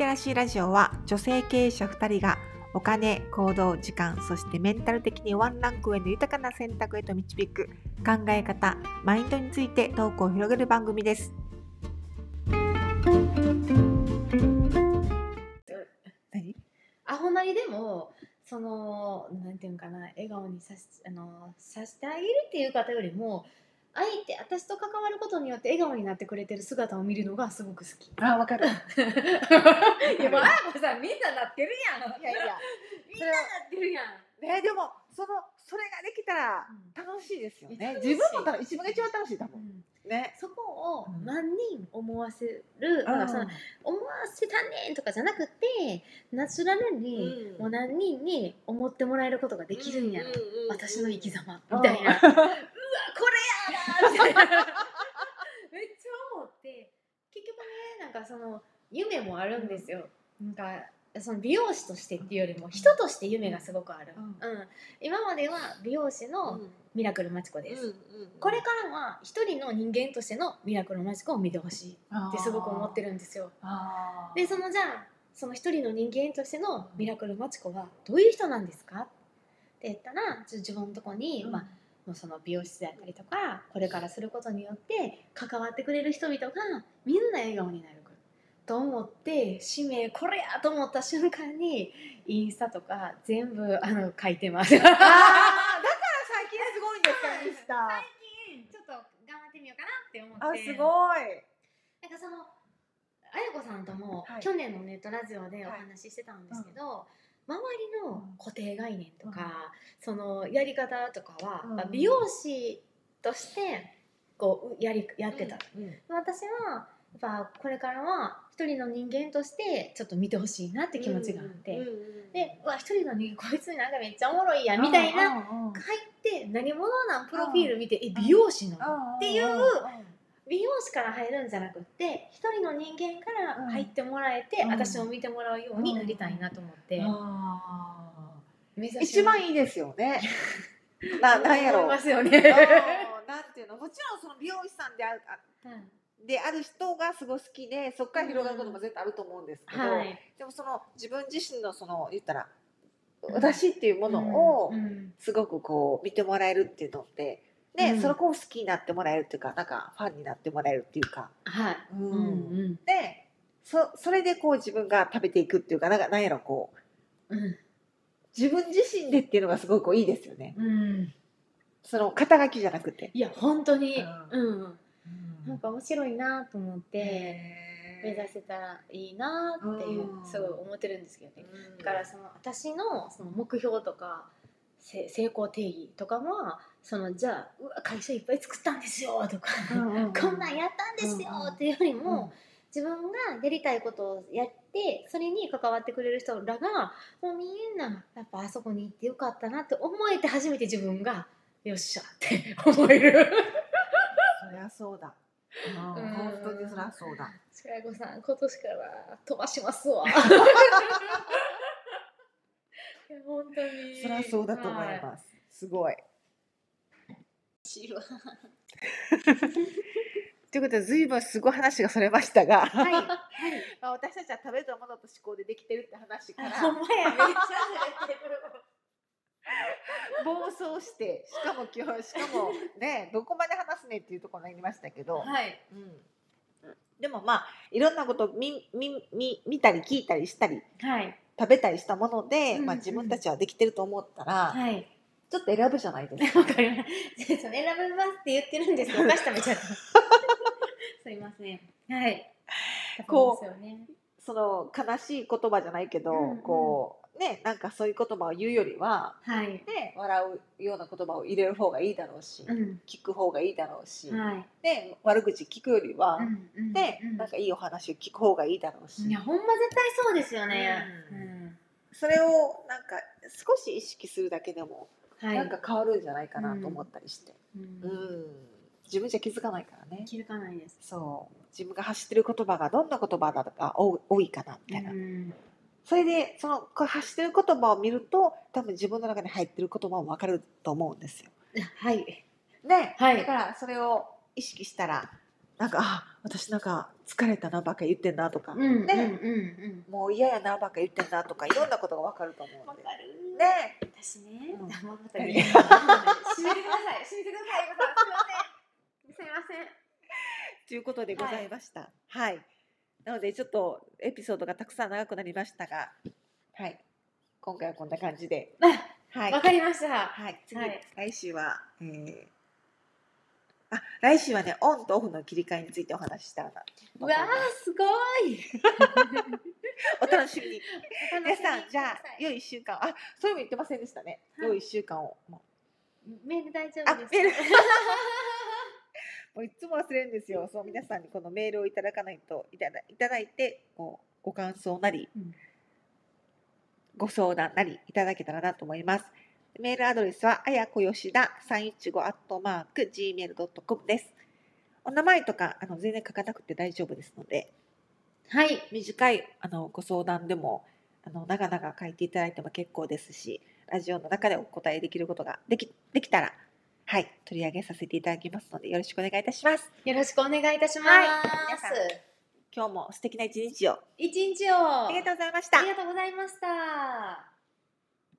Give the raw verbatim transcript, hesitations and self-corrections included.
らしいラジオは女性経営者ふたりがお金、行動、時間、そしてメンタル的にワンランク上の豊かな選択へと導く考え方、マインドについてトークを広げる番組です。 何？アホなりでもそのなんていうかな、笑顔にさしあのさせてあげるっていう方よりも、相手私と関わることによって笑顔になってくれてる姿を見るのがすごく好き。 あ、わかる。 いや、もうあやこさんみんななってるやん。 いやいや、 みんななってるやん。 ね、でもそのそれができたら楽しいですよね。 うん、 自分もた自分が一番楽しいだもん。 うんね、 そこを万人思わせる、うん、なんかその思わせたねんとかじゃなくて、ナチュラルにもう何人に思ってもらえることができるんやろ、うんうんうん、私の生き様みたいな、うん、うわこれやなみたいなめっちゃ思って、結局ね、なんかその夢もあるんですよ、うん、なんかその美容師としてっていうよりも人として夢がすごくある、うんうん、今までは美容師のミラクルマチコです、うんうんうん、これからは一人の人間としてのミラクルマチコを見てほしいってすごく思ってるんですよ。あでそのじゃあその一人の人間としてのミラクルマチコはどういう人なんですかって言ったら、自分のとこに、うんまあ、もうその美容室であったりとかこれからすることによって関わってくれる人々がみんな笑顔になると思って使命これやと思った瞬間にインスタとか全部あの書いてます。ああ、だから最近すごいんですか、インスタ。 最近ちょっと頑張ってみようかなって思って。 あ、すごい。 なんかそのあやこさんとも、はい、去年のネットラジオでお話ししてたんですけど、はい、周りの固定概念とか、うん、そのやり方とかは、うん、美容師としてこうやりやってた、うんうん、私はやっぱこれからは一人の人間としてちょっと見てほしいなって気持ちがあって、うんうん、でうわ一人の人間こいつになんかめっちゃおもろいやみたいな入って何者なんプロフィール見てえ美容師なのっていう美容師から入るんじゃなくって一人の人間から入ってもらえて、うん、私を見てもらうようになりたいなと思って、うん、あ一番いいですよね。ななんやろう思いますよね。なんていうの、もちろんその美容師さんであるあ、うん、である人がすごい好きでそこから広がることも絶対あると思うんですけど、うんはい、でもその自分自身のその言ったら私っていうものをすごくこう見てもらえるっていうのってで、うん、その子を好きになってもらえるっていうかなんかファンになってもらえるっていうか、はいうんうん、で そ, それでこう自分が食べていくっていうかなんかなんやろこう、うん、自分自身でっていうのがすごいこういいですよね、うん、その肩書きじゃなくて。 いや本当に、うんうん、なんか面白いなと思って目指せたらいいなっていうすごい思ってるんですけどね、うん、だからその私 の, その目標とか成功定義とかはそのじゃあうわ会社いっぱい作ったんですよとか、うんうんうん、こんなんやったんですよっていうよりも、うん、自分がやりたいことをやってそれに関わってくれる人らがもうみんなやっぱあそこに行ってよかったなって思えて初めて自分がよっしゃって思える。 そりゃそうだ。うん、本当にそりゃそうだ。 しかやこさん今年から飛ばしますわ。いや本当にそりゃそうだと思います、はい、すごい。ということで随分すごい話がそれましたが、はいはいまあ、私たちは食べたものと思考でできてるって話からほんまやめっちゃずれてる暴走してしかも今日しかもねどこまで話すねっていうところになりましたけど、はいうん、でもまあいろんなことを 見, 見, 見, 見たり聞いたりしたり、はい、食べたりしたもので、うんうんまあ、自分たちはできてると思ったら、はい、ちょっと選ぶじゃないですか。 わかります。選びますって言ってるんですけどお菓子食べちゃったすいません。はいこう、ね、その悲しい言葉じゃないけど、うんうん、こうね、なんかそういう言葉を言うよりは、はい、で笑うような言葉を入れる方がいいだろうし、うん、聞く方がいいだろうし、はい、で悪口聞くよりは、うんうん、でなんかいいお話を聞く方がいいだろうし、 いやほんま絶対そうですよね、うんうん、 それをなんか少し意識するだけでも、はい、なんか変わるんじゃないかなと思ったりして、うんうん、自分じゃ気づかないからね。 気づかないです。 そう自分が発してる言葉がどんな言葉だとか多いかなみたいな、うんそれでその発してる言葉を見ると多分自分の中に入ってる言葉も分かると思うんですよ。 はい。 で、はい、だからそれを意識したらなんかあ私なんか疲れたなばっか言ってんなとか、 うんね、 うんうんもう嫌やなばっか言ってんなとかいろんなことがわかると思うんで。 わかるね、 私ね、 うん、 あ、もうまたね、締めてください、締めてください、締めてください、すみません、すみません。 ということでございました。はい。はい、なのでちょっとエピソードがたくさん長くなりましたが、はい。今回はこんな感じで。 はい。わかりました。 はい。次、 はい、来週は、えー、あ、来週はね、オンとオフの切り替えについてお話ししたらな。 うわー、すごい。 お楽しみに。皆さん、じゃあ、良い一週間。あ、それも言ってませんでしたね。はい、良い一週間を。 メール大丈夫ですか？ メールもういつも忘れるんですよ。そう、皆さんにこのメールをいただかないと、いただいただいて、こうご感想なり、うん、ご相談なりいただけたらなと思います。メールアドレスはあやこよしださんいちごアットマーク ジーメールドットコム です。お名前とかあの全然書かなくて大丈夫ですので、はい、短いあのご相談でもあの長々書いていただいても結構ですし、ラジオの中でお答えできることができ、できたら、はい、取り上げさせていただきますのでよろしくお願いいたします。 よろしくお願いいたします。 はい、皆さん今日も素敵な一日を。 一日を。 ありがとうございました。 ありがとうございました。